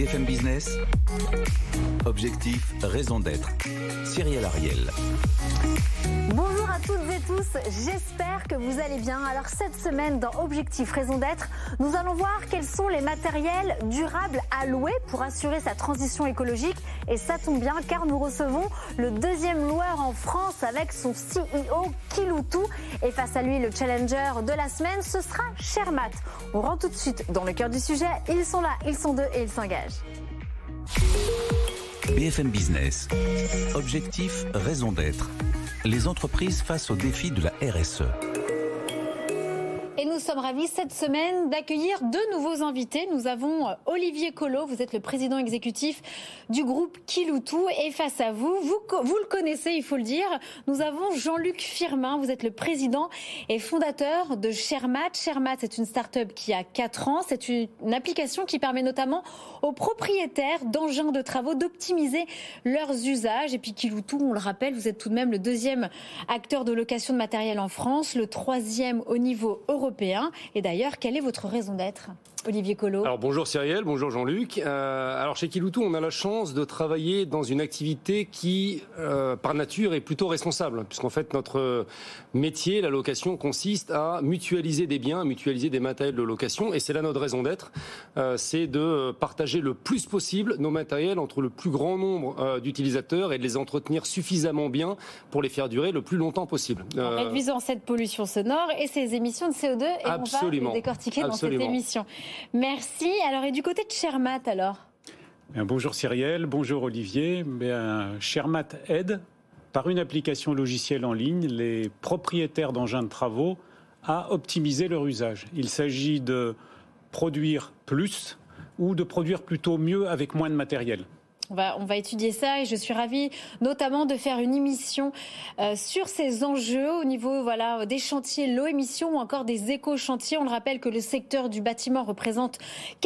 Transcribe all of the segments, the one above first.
BFM Business, objectif, raison d'être. Cyrielle Ariel. Bonjour à toutes et tous, j'espère que vous allez bien. Alors cette semaine dans Objectif Raison d'être, nous allons voir quels sont les matériels durables à louer pour assurer sa transition écologique. Et ça tombe bien car nous recevons le deuxième loueur en France avec son CEO Kiloutou. Et face à lui, le challenger de la semaine, ce sera Shermat. On rentre tout de suite dans le cœur du sujet. Ils sont là, ils sont deux et ils s'engagent. BFM Business, objectif, raison d'être. Les entreprises face aux défis de la RSE. Et nous sommes ravis cette semaine d'accueillir deux nouveaux invités. Nous avons Olivier Collot, vous êtes le président exécutif du groupe Kiloutou. Et face à vous, vous le connaissez, il faut le dire, nous avons Jean-Luc Firmin, vous êtes le président et fondateur de Shermat. Shermat, c'est une start-up qui a 4 ans. C'est une application qui permet notamment aux propriétaires d'engins de travaux d'optimiser leurs usages. Et puis Kiloutou, on le rappelle, vous êtes tout de même le deuxième acteur de location de matériel en France, le troisième au niveau européen. Et d'ailleurs, quelle est votre raison d'être, Olivier Collot? Alors bonjour Cyrielle, bonjour Jean-Luc. Alors chez Kiloutou, on a la chance de travailler dans une activité qui, par nature, est plutôt responsable, puisqu'en fait notre métier, la location, consiste à mutualiser des biens, à mutualiser des matériels de location, et c'est là notre raison d'être, c'est de partager le plus possible nos matériels entre le plus grand nombre d'utilisateurs et de les entretenir suffisamment bien pour les faire durer le plus longtemps possible. En réduisant cette pollution sonore et ces émissions de CO2, et absolument, on va les décortiquer absolument dans cette émission. Merci. Alors, et du côté de Shermat, alors? Bonjour Cyrielle, bonjour Olivier. Shermat aide, par une application logicielle en ligne, les propriétaires d'engins de travaux à optimiser leur usage. Il s'agit de produire plus ou de produire plutôt mieux avec moins de matériel. On va étudier ça et je suis ravie notamment de faire une émission sur ces enjeux au niveau des chantiers low émission ou encore des éco-chantiers. On le rappelle que le secteur du bâtiment représente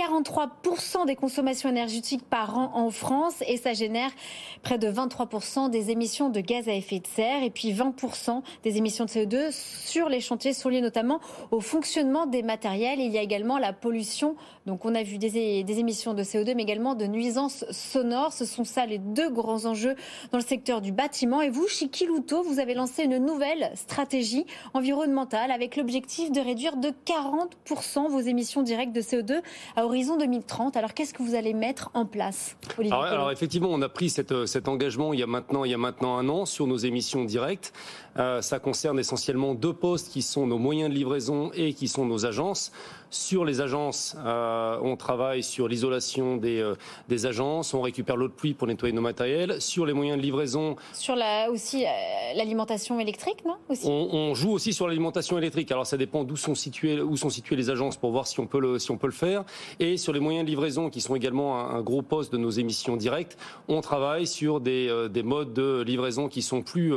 43% des consommations énergétiques par an en France et ça génère près de 23% des émissions de gaz à effet de serre et puis 20% des émissions de CO2 sur les chantiers sont liées notamment au fonctionnement des matériels. Il y a également la pollution. Donc on a vu des émissions de CO2 mais également de nuisances sonores. Ce sont ça les deux grands enjeux dans le secteur du bâtiment. Et vous, chez Kiloutou, vous avez lancé une nouvelle stratégie environnementale avec l'objectif de réduire de 40% vos émissions directes de CO2 à horizon 2030. Alors, qu'est-ce que vous allez mettre en place, Olivier Collot ? Alors effectivement, on a pris cet engagement il y a maintenant 1 an sur nos émissions directes. Ça concerne essentiellement 2 postes qui sont nos moyens de livraison et qui sont nos agences. Sur les agences, on travaille sur l'isolation des agences, on récupère l'eau de pluie pour nettoyer nos matériels. Sur les moyens de livraison... Sur l'alimentation électrique, non aussi on joue aussi sur l'alimentation électrique. Alors ça dépend où sont situées les agences pour voir si on peut le faire. Et sur les moyens de livraison, qui sont également un gros poste de nos émissions directes, on travaille sur des modes de livraison qui sont plus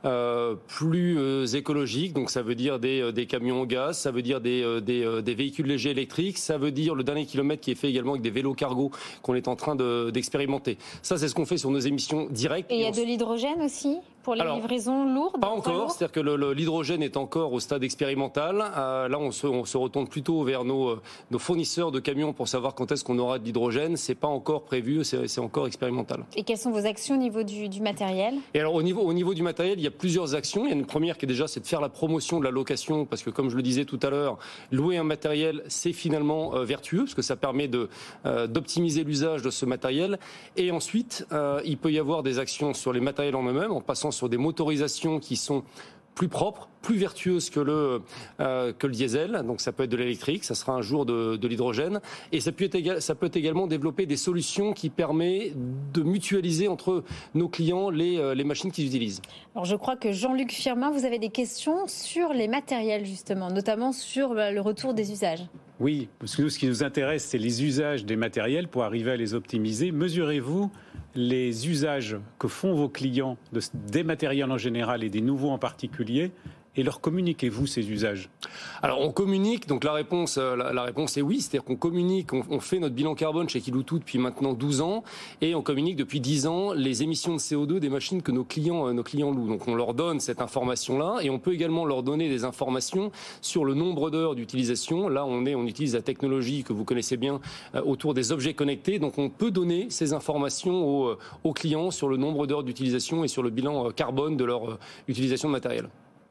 écologiques. Donc ça veut dire des camions au gaz, ça veut dire des véhicules légers électriques, ça veut dire le dernier kilomètre qui est fait également avec des vélos cargo qu'on est en train d'expérimenter. Ça, c'est ce qu'on fait sur nos émissions directes. Et il y a de l'hydrogène aussi pour les livraisons lourdes? Pas encore, c'est-à-dire que l'hydrogène est encore au stade expérimental. Là, on se retourne plutôt vers nos fournisseurs de camions pour savoir quand est-ce qu'on aura de l'hydrogène. C'est pas encore prévu, c'est encore expérimental. Et quelles sont vos actions au niveau du matériel? Et alors au niveau du matériel, il y a plusieurs actions. Il y a une première qui est déjà, c'est de faire la promotion de la location, parce que comme je le disais tout à l'heure, louer un matériel, c'est finalement vertueux, parce que ça permet d'optimiser l'usage de ce matériel. Et ensuite, il peut y avoir des actions sur les matériels en eux-mêmes, en passant sur des motorisations qui sont plus propres, plus vertueuses que le diesel. Donc ça peut être de l'électrique, ça sera un jour de l'hydrogène. Et ça peut également développer des solutions qui permettent de mutualiser entre nos clients les machines qu'ils utilisent. Alors je crois que Jean-Luc Firmin, vous avez des questions sur les matériels justement, notamment sur le retour des usages. Oui, parce que nous, ce qui nous intéresse, c'est les usages des matériels pour arriver à les optimiser. Mesurez-vous les usages que font vos clients des matériels en général et des nouveaux en particulier et leur communiquez-vous ces usages ? Alors on communique, donc la réponse est oui, c'est-à-dire qu'on communique, on fait notre bilan carbone chez Kiloutou depuis maintenant 12 ans et on communique depuis 10 ans les émissions de CO2 des machines que nos clients louent. Donc on leur donne cette information-là et on peut également leur donner des informations sur le nombre d'heures d'utilisation. Là on utilise la technologie que vous connaissez bien autour des objets connectés, donc on peut donner ces informations aux clients sur le nombre d'heures d'utilisation et sur le bilan carbone de leur utilisation de matériel.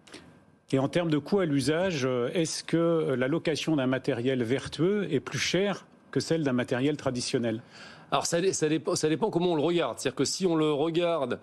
Et en termes de coût à l'usage, est-ce que la location d'un matériel vertueux est plus chère que celle d'un matériel traditionnel ? Alors ça dépend comment on le regarde. C'est-à-dire que si on le regarde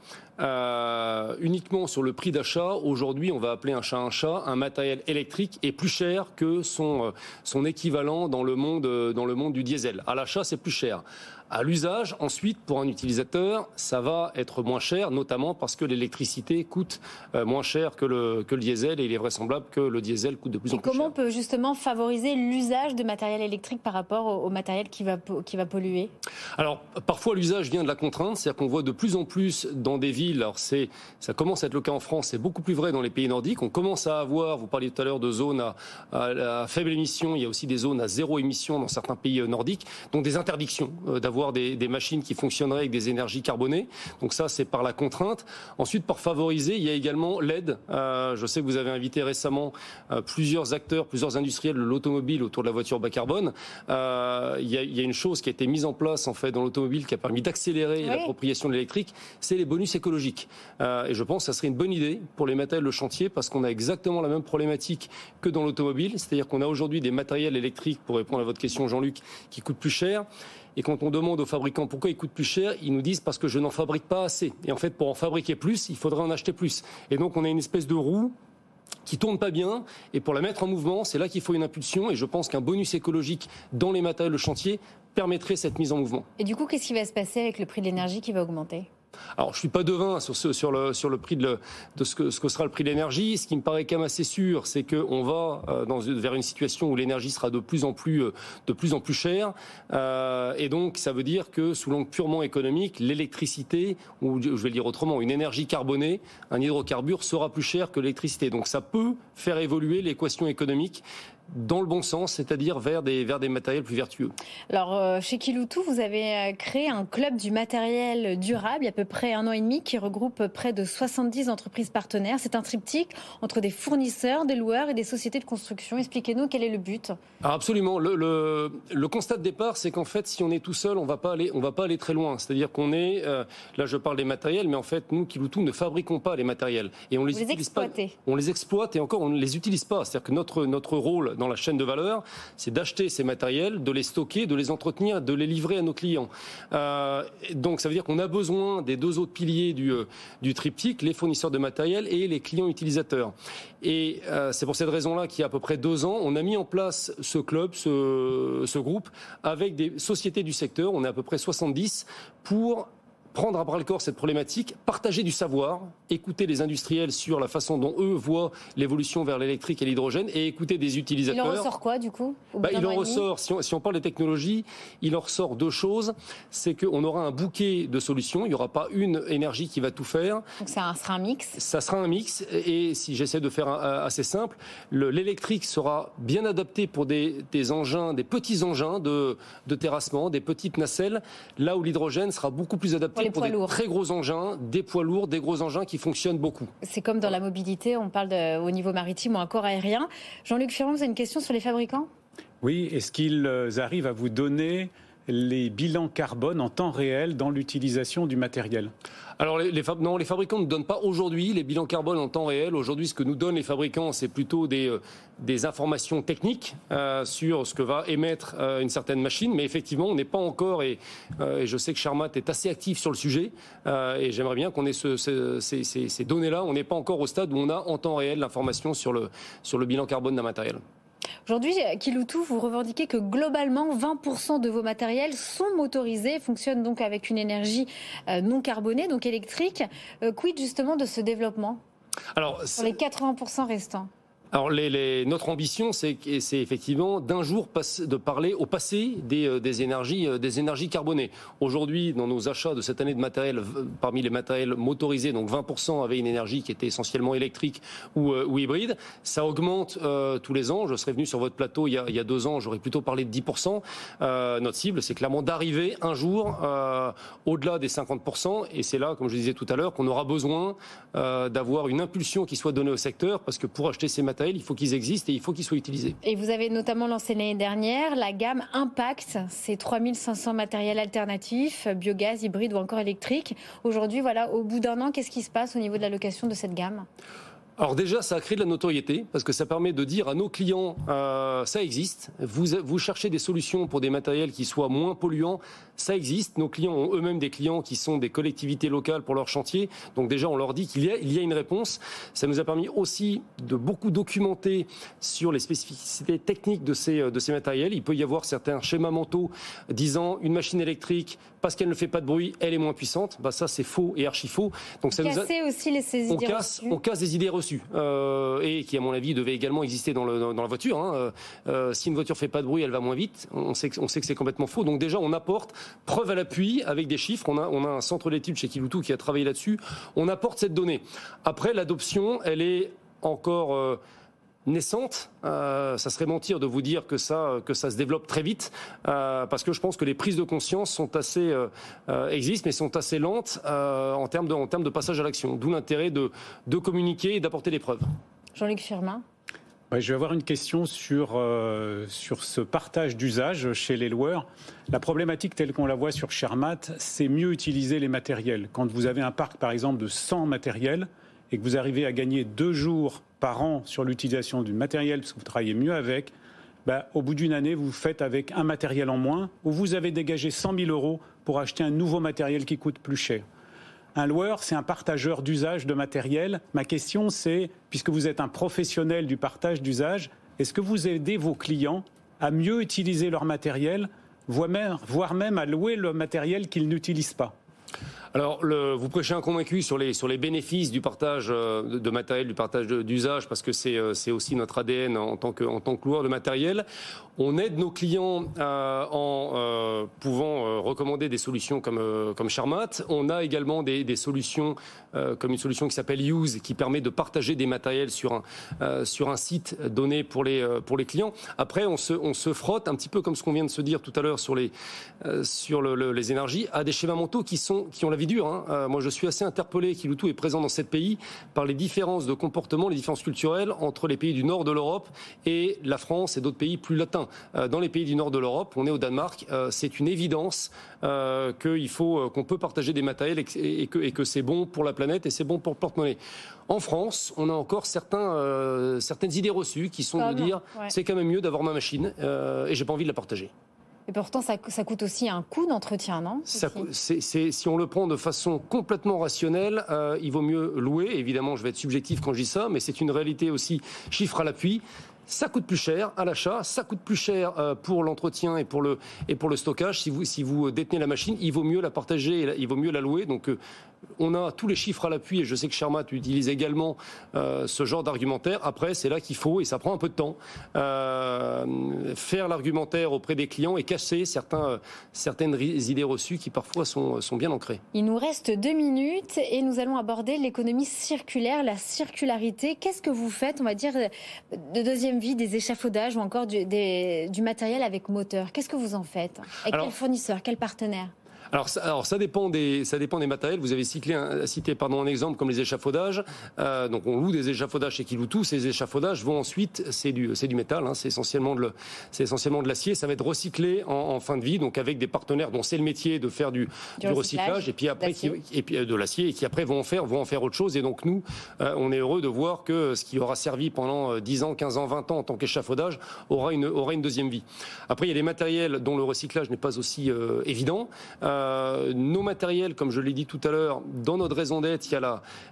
uniquement sur le prix d'achat, aujourd'hui on va appeler un chat, un matériel électrique est plus cher que son équivalent dans le monde du diesel. À l'achat c'est plus cher. À l'usage, ensuite, pour un utilisateur, ça va être moins cher, notamment parce que l'électricité coûte moins cher que le diesel, et il est vraisemblable que le diesel coûte de plus en plus cher. Comment on peut justement favoriser l'usage de matériel électrique par rapport au matériel qui va polluer ? Alors, parfois, l'usage vient de la contrainte, c'est-à-dire qu'on voit de plus en plus dans des villes, alors ça commence à être le cas en France, c'est beaucoup plus vrai dans les pays nordiques, on commence à avoir, vous parliez tout à l'heure de zones à faible émission, il y a aussi des zones à zéro émission dans certains pays nordiques, donc des interdictions d'avoir des machines qui fonctionneraient avec des énergies carbonées. Donc ça, c'est par la contrainte. Ensuite, pour favoriser, il y a également l'aide. Je sais que vous avez invité récemment plusieurs acteurs, plusieurs industriels de l'automobile autour de la voiture bas carbone. Il y a une chose qui a été mise en place en fait dans l'automobile qui a permis d'accélérer l'appropriation de l'électrique, c'est les bonus écologiques. Et je pense que ça serait une bonne idée pour les matériels de chantier parce qu'on a exactement la même problématique que dans l'automobile. C'est-à-dire qu'on a aujourd'hui des matériels électriques, pour répondre à votre question Jean-Luc, qui coûtent plus cher. Et quand on demande aux fabricants pourquoi ils coûtent plus cher, ils nous disent parce que je n'en fabrique pas assez. Et en fait, pour en fabriquer plus, il faudrait en acheter plus. Et donc, on a une espèce de roue qui tourne pas bien. Et pour la mettre en mouvement, c'est là qu'il faut une impulsion. Et je pense qu'un bonus écologique dans les matériels de chantier permettrait cette mise en mouvement. Et du coup, qu'est-ce qui va se passer avec le prix de l'énergie qui va augmenter ? Alors, je suis pas devin sur le prix de ce que sera le prix de l'énergie. Ce qui me paraît quand même assez sûr, c'est qu'on va vers une situation où l'énergie sera de plus en plus chère. Et donc, ça veut dire que sous l'angle purement économique, l'électricité, ou je vais le dire autrement, une énergie carbonée, un hydrocarbure sera plus cher que l'électricité. Donc, ça peut faire évoluer l'équation économique dans le bon sens, c'est-à-dire vers des matériels plus vertueux. Alors, chez Kiloutou, vous avez créé un club du matériel durable il y a à peu près 1 an et demi qui regroupe près de 70 entreprises partenaires. C'est un triptyque entre des fournisseurs, des loueurs et des sociétés de construction. Expliquez-nous quel est le but. Alors absolument. Le constat de départ, c'est qu'en fait, si on est tout seul, on va pas aller très loin. C'est-à-dire qu'on est, là je parle des matériels, mais en fait, nous, Kiloutou, ne fabriquons pas les matériels. Et on les utilise pas. On les exploite et encore, on ne les utilise pas. C'est-à-dire que notre rôle dans la chaîne de valeur, c'est d'acheter ces matériels, de les stocker, de les entretenir, de les livrer à nos clients. Donc ça veut dire qu'on a besoin des 2 autres piliers du triptyque, les fournisseurs de matériel et les clients utilisateurs. Et c'est pour cette raison-là qu'il y a à peu près 2 ans, on a mis en place ce club, ce groupe, avec des sociétés du secteur, on est à peu près 70, pour prendre à bras-le-corps cette problématique, partager du savoir, écouter les industriels sur la façon dont eux voient l'évolution vers l'électrique et l'hydrogène et écouter des utilisateurs. Il en ressort quoi du coup ? Il en ressort, si on parle des technologies, il en ressort 2 choses. C'est qu'on aura un bouquet de solutions, il n'y aura pas une énergie qui va tout faire. Donc ça sera un mix ? Ça sera un mix et si j'essaie de faire assez simple, l'électrique sera bien adapté pour des engins, des petits engins de terrassement, des petites nacelles, là où l'hydrogène sera beaucoup plus adapté pour des très gros engins, des poids lourds, des gros engins qui fonctionnent beaucoup. C'est comme dans la mobilité, on parle au niveau maritime ou encore aérien. Jean-Luc Furlan, vous avez une question sur les fabricants ? Oui, est-ce qu'ils arrivent à vous donner les bilans carbone en temps réel dans l'utilisation du matériel ? Alors non, les fabricants ne donnent pas aujourd'hui les bilans carbone en temps réel. Aujourd'hui, ce que nous donnent les fabricants, c'est plutôt des informations techniques sur ce que va émettre une certaine machine. Mais effectivement, on n'est pas encore, et je sais que Charmat est assez actif sur le sujet, et j'aimerais bien qu'on ait ces données-là. On n'est pas encore au stade où on a en temps réel l'information sur le bilan carbone d'un matériel. Aujourd'hui, Kiloutou, vous revendiquez que globalement, 20% de vos matériels sont motorisés, fonctionnent donc avec une énergie non carbonée, donc électrique. Quid justement de ce développement ? Alors, sur les 80% restants ? Alors notre ambition, c'est effectivement d'un jour de parler au passé des énergies carbonées. Aujourd'hui, dans nos achats de cette année de matériel, parmi les matériels motorisés, donc 20% avaient une énergie qui était essentiellement électrique ou hybride. Ça augmente tous les ans. Je serais venu sur votre plateau il y a 2 ans, j'aurais plutôt parlé de 10%. Notre cible, c'est clairement d'arriver un jour au-delà des 50%. Et c'est là, comme je disais tout à l'heure, qu'on aura besoin d'avoir une impulsion qui soit donnée au secteur, parce que pour acheter ces matériels, il faut qu'ils existent et il faut qu'ils soient utilisés. Et vous avez notamment lancé l'année dernière la gamme Impact, c'est 3500 matériels alternatifs, biogaz, hybride ou encore électrique. Aujourd'hui, voilà, au bout d'un an, qu'est-ce qui se passe au niveau de l'allocation de cette gamme ? Alors déjà, ça a créé de la notoriété parce que ça permet de dire à nos clients ça existe. Vous cherchez des solutions pour des matériels qui soient moins polluants, ça existe. Nos clients ont eux-mêmes des clients qui sont des collectivités locales pour leur chantier. Donc déjà, on leur dit qu'il y a une réponse. Ça nous a permis aussi de beaucoup documenter sur les spécificités techniques de ces matériels. Il peut y avoir certains schémas mentaux disant une machine électrique, parce qu'elle ne fait pas de bruit, elle est moins puissante. Bah ça, c'est faux et archi faux. Donc ça aussi ces idées reçues. On casse des idées reçues et qui, à mon avis, devaient également exister dans la voiture. Hein. Si une voiture fait pas de bruit, elle va moins vite. On sait que c'est complètement faux. Donc déjà, on apporte preuve à l'appui avec des chiffres. On a un centre d'études chez Kiloutou qui a travaillé là-dessus. On apporte cette donnée. Après, l'adoption, elle est encore naissante. Ça serait mentir de vous dire que ça se développe très vite, parce que je pense que les prises de conscience sont existent, mais sont assez lentes en termes de passage à l'action. D'où l'intérêt de communiquer et d'apporter des preuves. Jean-Luc Firmin. Je vais avoir une question sur ce partage d'usage chez les loueurs. La problématique telle qu'on la voit sur Chermat, c'est mieux utiliser les matériels. Quand vous avez un parc, par exemple, de 100 matériels et que vous arrivez à gagner 2 jours par an sur l'utilisation du matériel, parce que vous travaillez mieux avec, au bout d'une année, vous faites avec un matériel en moins, où vous avez dégagé 100 000 € pour acheter un nouveau matériel qui coûte plus cher. Un loueur, c'est un partageur d'usage de matériel. Ma question, c'est, puisque vous êtes un professionnel du partage d'usage, est-ce que vous aidez vos clients à mieux utiliser leur matériel, voire même à louer le matériel qu'ils n'utilisent pas ? Alors, vous prêchez un convaincu sur les bénéfices du partage de matériel, du partage d'usage, parce que c'est aussi notre ADN en tant que loueur de matériel. On aide nos clients en pouvant recommander des solutions comme Chermat. On a également des solutions comme une solution qui s'appelle Use, qui permet de partager des matériels sur un site donné pour les clients. Après, on se frotte un petit peu comme ce qu'on vient de se dire tout à l'heure sur les énergies, à des schémas mentaux qui ont la vie dure. Hein. Moi, je suis assez interpellé, Kiloutou est présent dans 7 pays, par les différences de comportement, les différences culturelles entre les pays du nord de l'Europe et la France et d'autres pays plus latins. Dans les pays du nord de l'Europe, on est au Danemark, c'est une évidence qu'on peut partager des matériels et que c'est bon pour la planète et c'est bon pour le porte-monnaie. En France, on a encore certaines idées reçues qui sont de dire c'est quand même mieux d'avoir ma machine et j'ai pas envie de la partager. Et pourtant, ça coûte aussi un coût d'entretien, non ? Si on le prend de façon complètement rationnelle, il vaut mieux louer. Évidemment, je vais être subjectif quand je dis ça, mais c'est une réalité aussi, chiffre à l'appui. Ça coûte plus cher à l'achat, ça coûte plus cher pour l'entretien et pour le stockage. Si vous détenez la machine, il vaut mieux la partager, il vaut mieux la louer. Donc on a tous les chiffres à l'appui et je sais que Chermat utilise également ce genre d'argumentaire. Après, c'est là qu'il faut, et ça prend un peu de temps, faire l'argumentaire auprès des clients et casser certaines idées reçues qui parfois sont bien ancrées. Il nous reste 2 minutes et nous allons aborder l'économie circulaire, la circularité. Qu'est-ce que vous faites, on va dire, de deuxième vie, des échafaudages ou encore du matériel avec moteur? Qu'est-ce que vous en faites? Avec quel fournisseur, quel partenaire? Alors ça dépend des matériels. Vous avez cité un exemple comme les échafaudages. Donc on loue des échafaudages chez Kiloutou. Ces échafaudages vont ensuite, c'est du métal, hein, c'est essentiellement de l'acier. Ça va être recyclé en fin de vie, donc avec des partenaires dont c'est le métier de faire du recyclage et puis après de l'acier et qui après vont en faire autre chose. Et donc nous, on est heureux de voir que ce qui aura servi pendant 10 ans, 15 ans, 20 ans en tant qu'échafaudage aura une deuxième vie. Après il y a des matériels dont le recyclage n'est pas aussi évident. Nos matériels, comme je l'ai dit tout à l'heure, dans notre raison d'être, il y a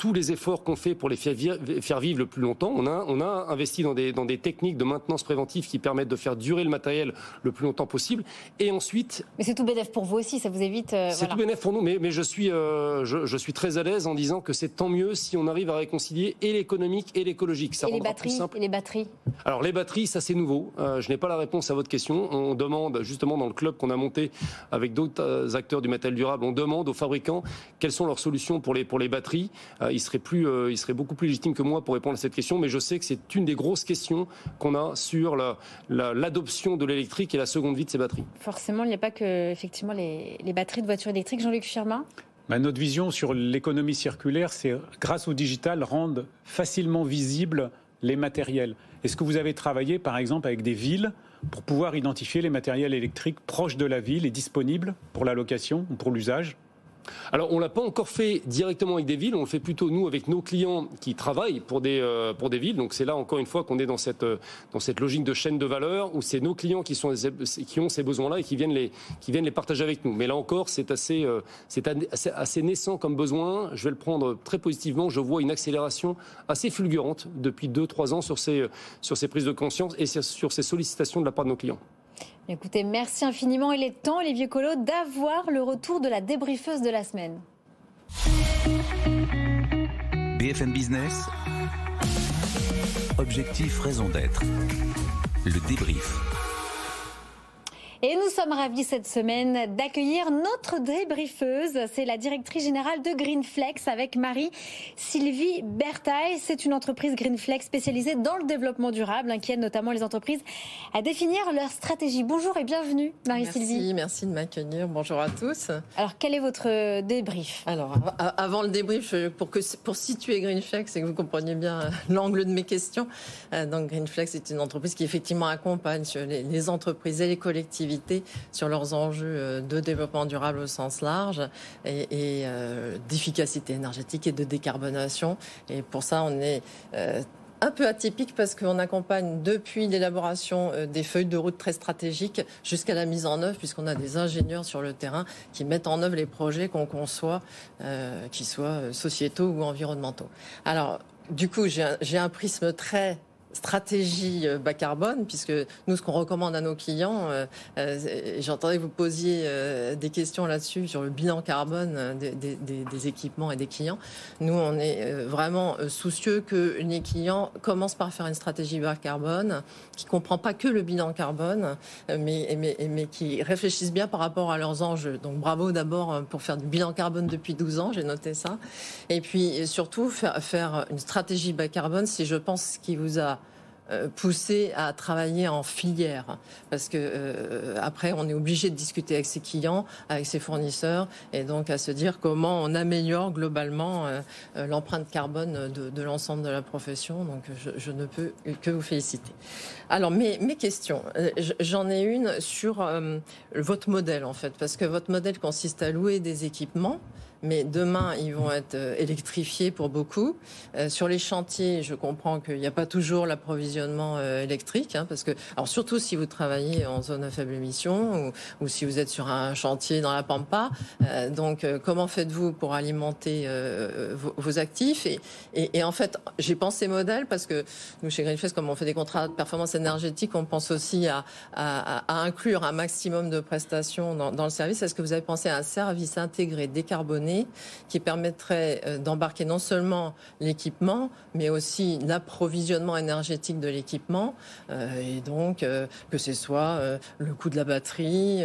tous les efforts qu'on fait pour les faire vivre le plus longtemps. On a investi dans des techniques de maintenance préventive qui permettent de faire durer le matériel le plus longtemps possible. Et ensuite... Mais c'est tout bénef pour vous aussi, ça vous évite... c'est tout bénef pour nous, mais je suis très à l'aise en disant que c'est tant mieux si on arrive à réconcilier et l'économique et l'écologique. Ça rendra plus simple. Et les batteries? Alors les batteries, ça c'est nouveau. Je n'ai pas la réponse à votre question. On demande justement dans le club qu'on a monté avec d'autres acteurs du matériel durable, on demande aux fabricants quelles sont leurs solutions pour les batteries. Il serait beaucoup plus légitime que moi pour répondre à cette question, mais je sais que c'est une des grosses questions qu'on a sur l'adoption de l'électrique et la seconde vie de ces batteries. Forcément, il n'y a pas que effectivement les batteries de voitures électriques. Jean-Luc Firmin? Notre vision sur l'économie circulaire, c'est grâce au digital rendre facilement visibles les matériels. Est-ce que vous avez travaillé par exemple avec des villes pour pouvoir identifier les matériels électriques proches de la ville et disponibles pour la location ou pour l'usage ? Alors, on ne l'a pas encore fait directement avec des villes, on le fait plutôt, nous, avec nos clients qui travaillent pour des villes. Donc, c'est là, encore une fois, qu'on est dans cette logique de chaîne de valeur où c'est nos clients qui ont ces besoins-là et qui viennent les partager avec nous. Mais là encore, c'est assez naissant comme besoin. Je vais le prendre très positivement. Je vois une accélération assez fulgurante depuis 2-3 ans sur ces prises de conscience et sur ces sollicitations de la part de nos clients. Écoutez, merci infiniment. Il est temps, Olivier Collot, d'avoir le retour de la débriefeuse de la semaine. BFM Business, objectif, raison d'être. Le débrief. Et nous sommes ravis cette semaine d'accueillir notre débriefeuse. C'est la directrice générale de Greenflex avec Marie-Sylvie Bertaille. C'est une entreprise Greenflex spécialisée dans le développement durable qui aide notamment les entreprises à définir leur stratégie. Bonjour et bienvenue Marie-Sylvie. Merci de m'accueillir. Bonjour à tous. Alors quel est votre débrief? Alors avant le débrief, pour situer Greenflex et que vous compreniez bien l'angle de mes questions. Donc Greenflex est une entreprise qui effectivement accompagne les entreprises et les collectivités sur leurs enjeux de développement durable au sens large et d'efficacité énergétique et de décarbonation. Et pour ça, on est un peu atypique parce qu'on accompagne depuis l'élaboration des feuilles de route très stratégiques jusqu'à la mise en œuvre, puisqu'on a des ingénieurs sur le terrain qui mettent en œuvre les projets qu'on conçoit, qu'ils soient sociétaux ou environnementaux. Alors, du coup, j'ai un prisme très stratégie bas carbone, puisque nous, ce qu'on recommande à nos clients, j'entendais que vous posiez des questions là-dessus sur le bilan carbone des équipements et des clients. Nous, on est vraiment soucieux que les clients commencent par faire une stratégie bas carbone qui comprend pas que le bilan carbone, mais qui réfléchissent bien par rapport à leurs enjeux. Donc bravo d'abord pour faire du bilan carbone depuis 12 ans, j'ai noté ça. Et puis surtout faire une stratégie bas carbone, si je pense ce qui vous a poussé à travailler en filière, parce que après on est obligé de discuter avec ses clients, avec ses fournisseurs, et donc à se dire comment on améliore globalement l'empreinte carbone de l'ensemble de la profession. Donc je ne peux que vous féliciter. Alors mes questions, j'en ai une sur votre modèle en fait, parce que votre modèle consiste à louer des équipements. Mais demain, ils vont être électrifiés pour beaucoup. Sur les chantiers, je comprends qu'il n'y a pas toujours l'approvisionnement électrique, parce que, alors surtout si vous travaillez en zone à faible émission ou si vous êtes sur un chantier dans la Pampa. Donc, comment faites-vous pour alimenter vos actifs et en fait, j'ai pensé modèle parce que nous, chez Greenflex, comme on fait des contrats de performance énergétique, on pense aussi à inclure un maximum de prestations dans le service. Est-ce que vous avez pensé à un service intégré décarboné qui permettrait d'embarquer non seulement l'équipement, mais aussi l'approvisionnement énergétique de l'équipement, et donc que ce soit le coût de la batterie,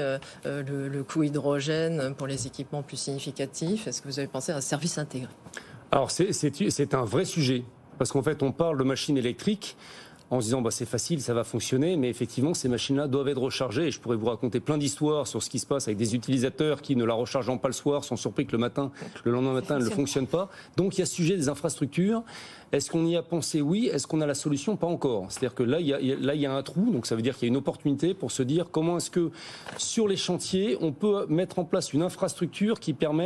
le coût hydrogène pour les équipements plus significatifs. Est-ce que vous avez pensé à un service intégré? Alors c'est un vrai sujet, parce qu'en fait on parle de machines électriques en se disant c'est facile, ça va fonctionner, mais effectivement ces machines-là doivent être rechargées et je pourrais vous raconter plein d'histoires sur ce qui se passe avec des utilisateurs qui, ne la rechargeant pas le soir, sont surpris que le lendemain matin, elle ne fonctionne pas. Donc il y a ce sujet des infrastructures. Est-ce qu'on y a pensé? Oui. Est-ce qu'on a la solution? Pas encore. C'est-à-dire que là, il y a un trou, donc ça veut dire qu'il y a une opportunité pour se dire comment est-ce que sur les chantiers, on peut mettre en place une infrastructure qui permette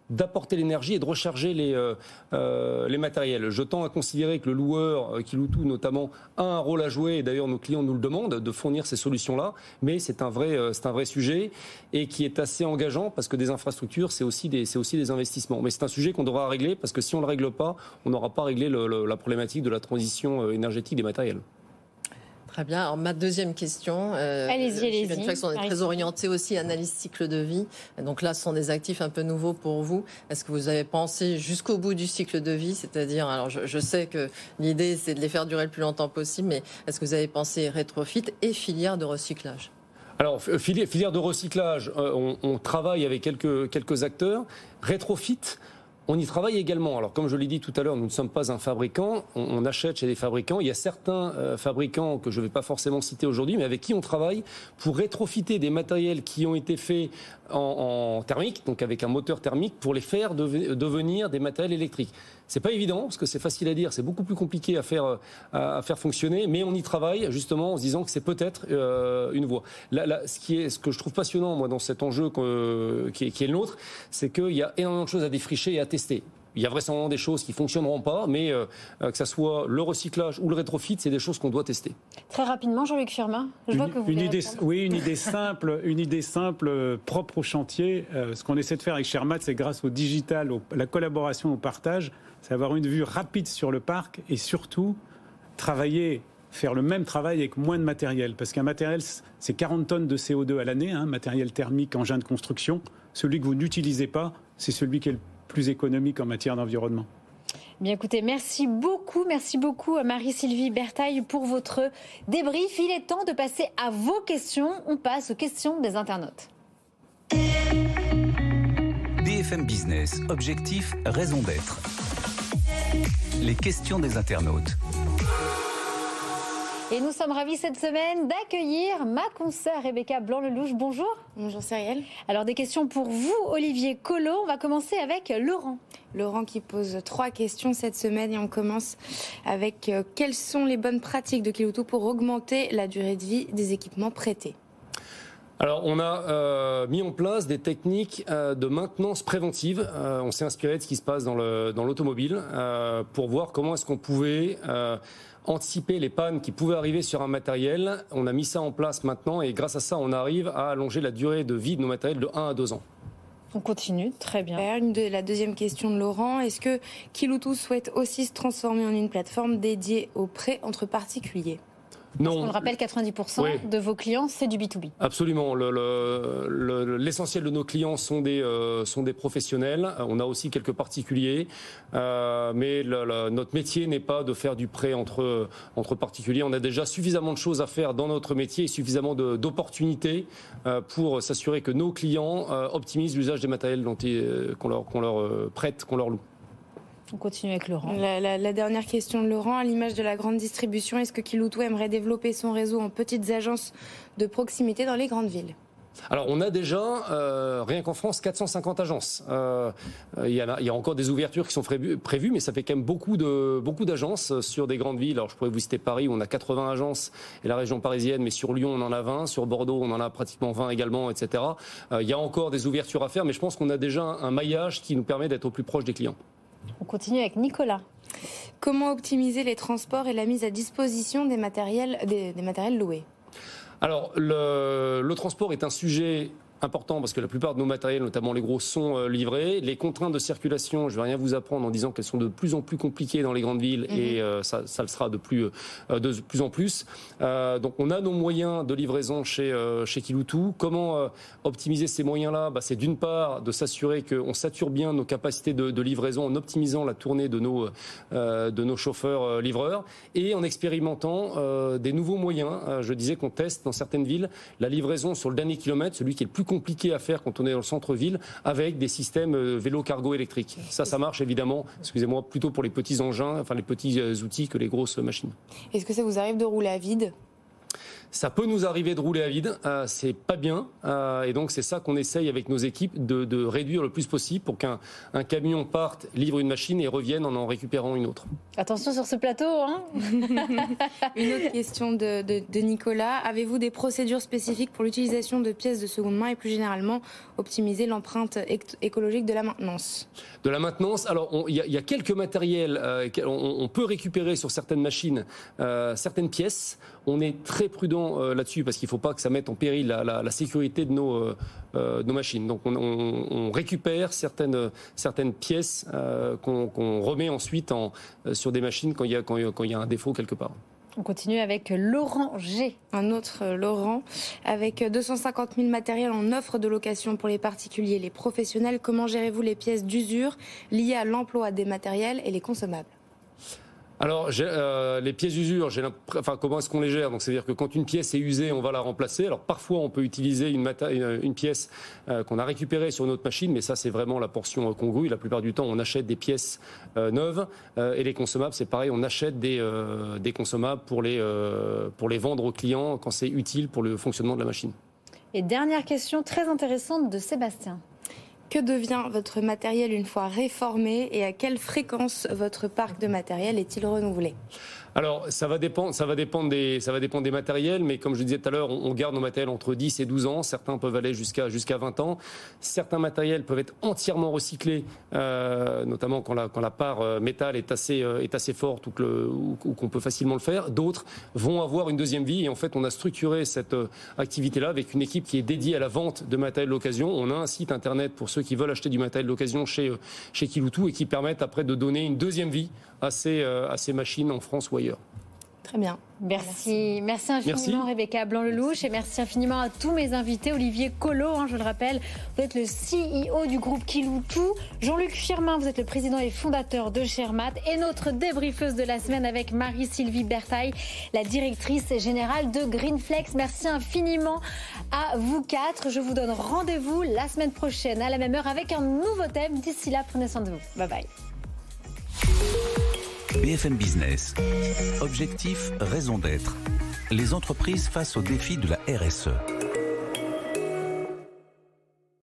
d'apporter l'énergie et de recharger les matériels. Je tends à considérer que le loueur, qui loue tout notamment, a un rôle à jouer, et d'ailleurs nos clients nous le demandent, de fournir ces solutions-là, mais c'est un vrai sujet et qui est assez engageant parce que des infrastructures, c'est aussi des investissements. Mais c'est un sujet qu'on devra régler parce que si on ne le règle pas, on n'aura pas réglé la problématique de la transition énergétique des matériels. Très bien. Alors, ma deuxième question. Allez-y. Greenflex, on est très orienté aussi analyse cycle de vie. Donc là, ce sont des actifs un peu nouveaux pour vous. Est-ce que vous avez pensé jusqu'au bout du cycle de vie? C'est-à-dire, alors je sais que l'idée, c'est de les faire durer le plus longtemps possible, mais est-ce que vous avez pensé rétrofit et filière de recyclage? Alors, filière de recyclage, on travaille avec quelques acteurs. Rétrofit, on y travaille également. Alors, comme je l'ai dit tout à l'heure, nous ne sommes pas un fabricant. On achète chez des fabricants. Il y a certains fabricants que je ne vais pas forcément citer aujourd'hui, mais avec qui on travaille pour rétrofiter des matériels qui ont été faits en thermique, donc avec un moteur thermique, pour les faire devenir des matériels électriques. C'est pas évident, parce que c'est facile à dire, c'est beaucoup plus compliqué à faire fonctionner, mais on y travaille justement en se disant que c'est peut-être une voie. Ce que je trouve passionnant, moi, dans cet enjeu qui est le nôtre, c'est qu'il y a énormément de choses à défricher et à tester. Il y a vraisemblablement des choses qui ne fonctionneront pas, mais que ce soit le recyclage ou le rétrofit, c'est des choses qu'on doit tester. Très rapidement, Jean-Luc Firmin, je vois que vous voulez répondre. Oui, une idée simple, propre au chantier. Ce qu'on essaie de faire avec Shermat, c'est grâce au digital, la collaboration, au partage, c'est avoir une vue rapide sur le parc et surtout faire le même travail avec moins de matériel. Parce qu'un matériel, c'est 40 tonnes de CO2 à l'année, matériel thermique, engin de construction. Celui que vous n'utilisez pas, c'est celui qui est le plus économique en matière d'environnement. Bien écoutez, merci beaucoup Marie-Sylvie Bertaille pour votre débrief. Il est temps de passer à vos questions. On passe aux questions des internautes. BFM Business, objectif, raison d'être. Les questions des internautes. Et nous sommes ravis cette semaine d'accueillir ma consoeur Rebecca Blanc-Lelouch. Bonjour. Bonjour Cyrielle. Alors des questions pour vous, Olivier Collot. On va commencer avec Laurent. Laurent qui pose 3 questions cette semaine et on commence avec quelles sont les bonnes pratiques de Kiloutou pour augmenter la durée de vie des équipements prêtés? Alors, on a mis en place des techniques de maintenance préventive. On s'est inspiré de ce qui se passe dans l'automobile pour voir comment est-ce qu'on pouvait anticiper les pannes qui pouvaient arriver sur un matériel. On a mis ça en place maintenant et grâce à ça, on arrive à allonger la durée de vie de nos matériels de 1 à 2 ans. On continue, très bien. La deuxième question de Laurent, est-ce que Kiloutou souhaite aussi se transformer en une plateforme dédiée aux prêts entre particuliers? Non. On le rappelle, 90% de vos clients, c'est du B2B. Absolument. L'essentiel de nos clients sont des professionnels. On a aussi quelques particuliers. Mais notre métier n'est pas de faire du prêt entre particuliers. On a déjà suffisamment de choses à faire dans notre métier et suffisamment d'opportunités pour s'assurer que nos clients optimisent l'usage des matériels qu'on leur prête, qu'on leur loue. On continue avec Laurent. La dernière question de Laurent, à l'image de la grande distribution, est-ce que Kiloutou aimerait développer son réseau en petites agences de proximité dans les grandes villes? Alors, on a déjà, rien qu'en France, 450 agences. Il y a encore des ouvertures qui sont prévues, mais ça fait quand même beaucoup d'agences sur des grandes villes. Alors, je pourrais vous citer Paris, où on a 80 agences, et la région parisienne, mais sur Lyon, on en a 20. Sur Bordeaux, on en a pratiquement 20 également, etc. Il y a encore des ouvertures à faire, mais je pense qu'on a déjà un maillage qui nous permet d'être au plus proche des clients. On continue avec Nicolas. Comment optimiser les transports et la mise à disposition des matériels loués? Alors, le transport est un sujet important parce que la plupart de nos matériels, notamment les gros, sont livrés. Les contraintes de circulation, je ne vais rien vous apprendre en disant qu'elles sont de plus en plus compliquées dans les grandes villes et ça le sera de plus en plus. Donc on a nos moyens de livraison chez Kiloutou. Comment optimiser ces moyens-là? C'est d'une part de s'assurer qu'on sature bien nos capacités de livraison en optimisant la tournée de nos chauffeurs livreurs et en expérimentant des nouveaux moyens. Je disais qu'on teste dans certaines villes la livraison sur le dernier kilomètre, celui qui est le plus compliqué à faire quand on est dans le centre-ville, avec des systèmes vélo-cargo électriques. Ça marche évidemment, plutôt pour les petits engins, enfin les petits outils que les grosses machines. Est-ce que ça vous arrive de rouler à vide? Ça peut nous arriver de rouler à vide, c'est pas bien, et donc c'est ça qu'on essaye avec nos équipes de réduire le plus possible pour qu'un camion parte, livre une machine et revienne en récupérant une autre. Attention sur ce plateau, hein. Une autre question de Nicolas. Avez-vous des procédures spécifiques pour l'utilisation de pièces de seconde main et plus généralement optimiser l'empreinte écologique de la maintenance? De la maintenance, alors il y a quelques matériels, on peut récupérer sur certaines machines certaines pièces. On est très prudent là-dessus parce qu'il ne faut pas que ça mette en péril la sécurité de nos machines. Donc on récupère certaines pièces qu'on remet ensuite sur des machines quand il y a un défaut quelque part. On continue avec Laurent G. Un autre Laurent. Avec 250 000 matériels en offre de location pour les particuliers et les professionnels, comment gérez-vous les pièces d'usure liées à l'emploi des matériels et les consommables? Alors, les pièces d'usure, comment est-ce qu'on les gère? Donc, c'est-à-dire que quand une pièce est usée, on va la remplacer. Alors, parfois, on peut utiliser une pièce qu'on a récupérée sur notre machine, mais ça, c'est vraiment la portion congrue. La plupart du temps, on achète des pièces neuves. Et les consommables, c'est pareil, on achète des consommables pour les vendre aux clients quand c'est utile pour le fonctionnement de la machine. Et dernière question très intéressante de Sébastien. Que devient votre matériel une fois réformé et à quelle fréquence votre parc de matériel est-il renouvelé? Alors, ça va dépendre des matériels, mais comme je disais tout à l'heure, on garde nos matériels entre 10 et 12 ans. Certains peuvent aller jusqu'à 20 ans. Certains matériels peuvent être entièrement recyclés, notamment quand la part métal est assez forte ou qu'on peut facilement le faire. D'autres vont avoir une deuxième vie et en fait, on a structuré cette activité-là avec une équipe qui est dédiée à la vente de matériel d'occasion. On a un site internet pour ceux qui veulent acheter du matériel d'occasion chez Kiloutou et qui permettent après de donner une deuxième vie à ces machines en France ou ailleurs. Très bien. Merci infiniment Rebecca Blanc-Lelouch et merci infiniment à tous mes invités. Olivier Collot, je le rappelle, vous êtes le CEO du groupe Kiloutou. Jean-Luc Firmin, vous êtes le président et fondateur de Shermat et notre débriefeuse de la semaine avec Marie-Sylvie Bertaille, la directrice générale de Greenflex. Merci infiniment à vous quatre. Je vous donne rendez-vous la semaine prochaine à la même heure avec un nouveau thème. D'ici là, prenez soin de vous. Bye bye. BFM Business. Objectif, raison d'être. Les entreprises face aux défis de la RSE.